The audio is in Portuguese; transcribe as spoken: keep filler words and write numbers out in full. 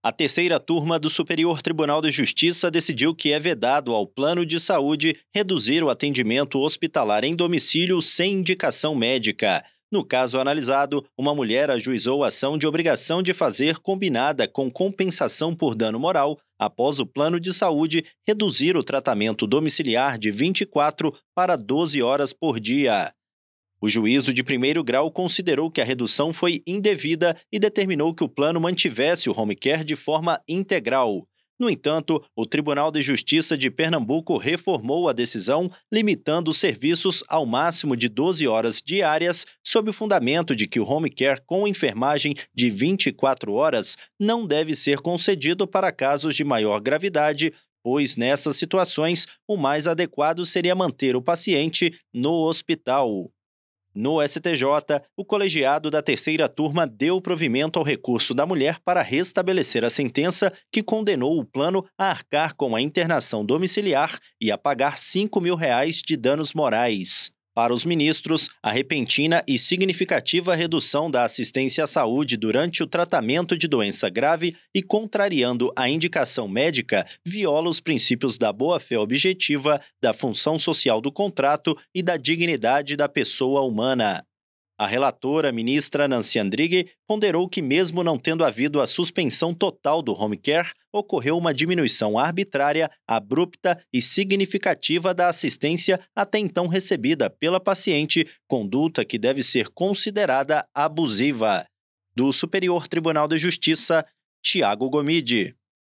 A terceira turma do Superior Tribunal de Justiça decidiu que é vedado ao plano de saúde reduzir o atendimento hospitalar em domicílio sem indicação médica. No caso analisado, uma mulher ajuizou a ação de obrigação de fazer combinada com compensação por dano moral após o plano de saúde reduzir o tratamento domiciliar de vinte e quatro para doze horas por dia. O juízo de primeiro grau considerou que a redução foi indevida e determinou que o plano mantivesse o home care de forma integral. No entanto, o Tribunal de Justiça de Pernambuco reformou a decisão, limitando os serviços ao máximo de doze horas diárias, sob o fundamento de que o home care com enfermagem de vinte e quatro horas não deve ser concedido para casos de maior gravidade, pois nessas situações o mais adequado seria manter o paciente no hospital. No S T J, o colegiado da terceira turma deu provimento ao recurso da mulher para restabelecer a sentença que condenou o plano a arcar com a internação domiciliar e a pagar cinco mil reais de danos morais. Para os ministros, a repentina e significativa redução da assistência à saúde durante o tratamento de doença grave e contrariando a indicação médica viola os princípios da boa-fé objetiva, da função social do contrato e da dignidade da pessoa humana. A relatora, ministra Nancy Andrighi, ponderou que mesmo não tendo havido a suspensão total do home care, ocorreu uma diminuição arbitrária, abrupta e significativa da assistência até então recebida pela paciente, conduta que deve ser considerada abusiva. Do Superior Tribunal de Justiça, Tiago Gomide.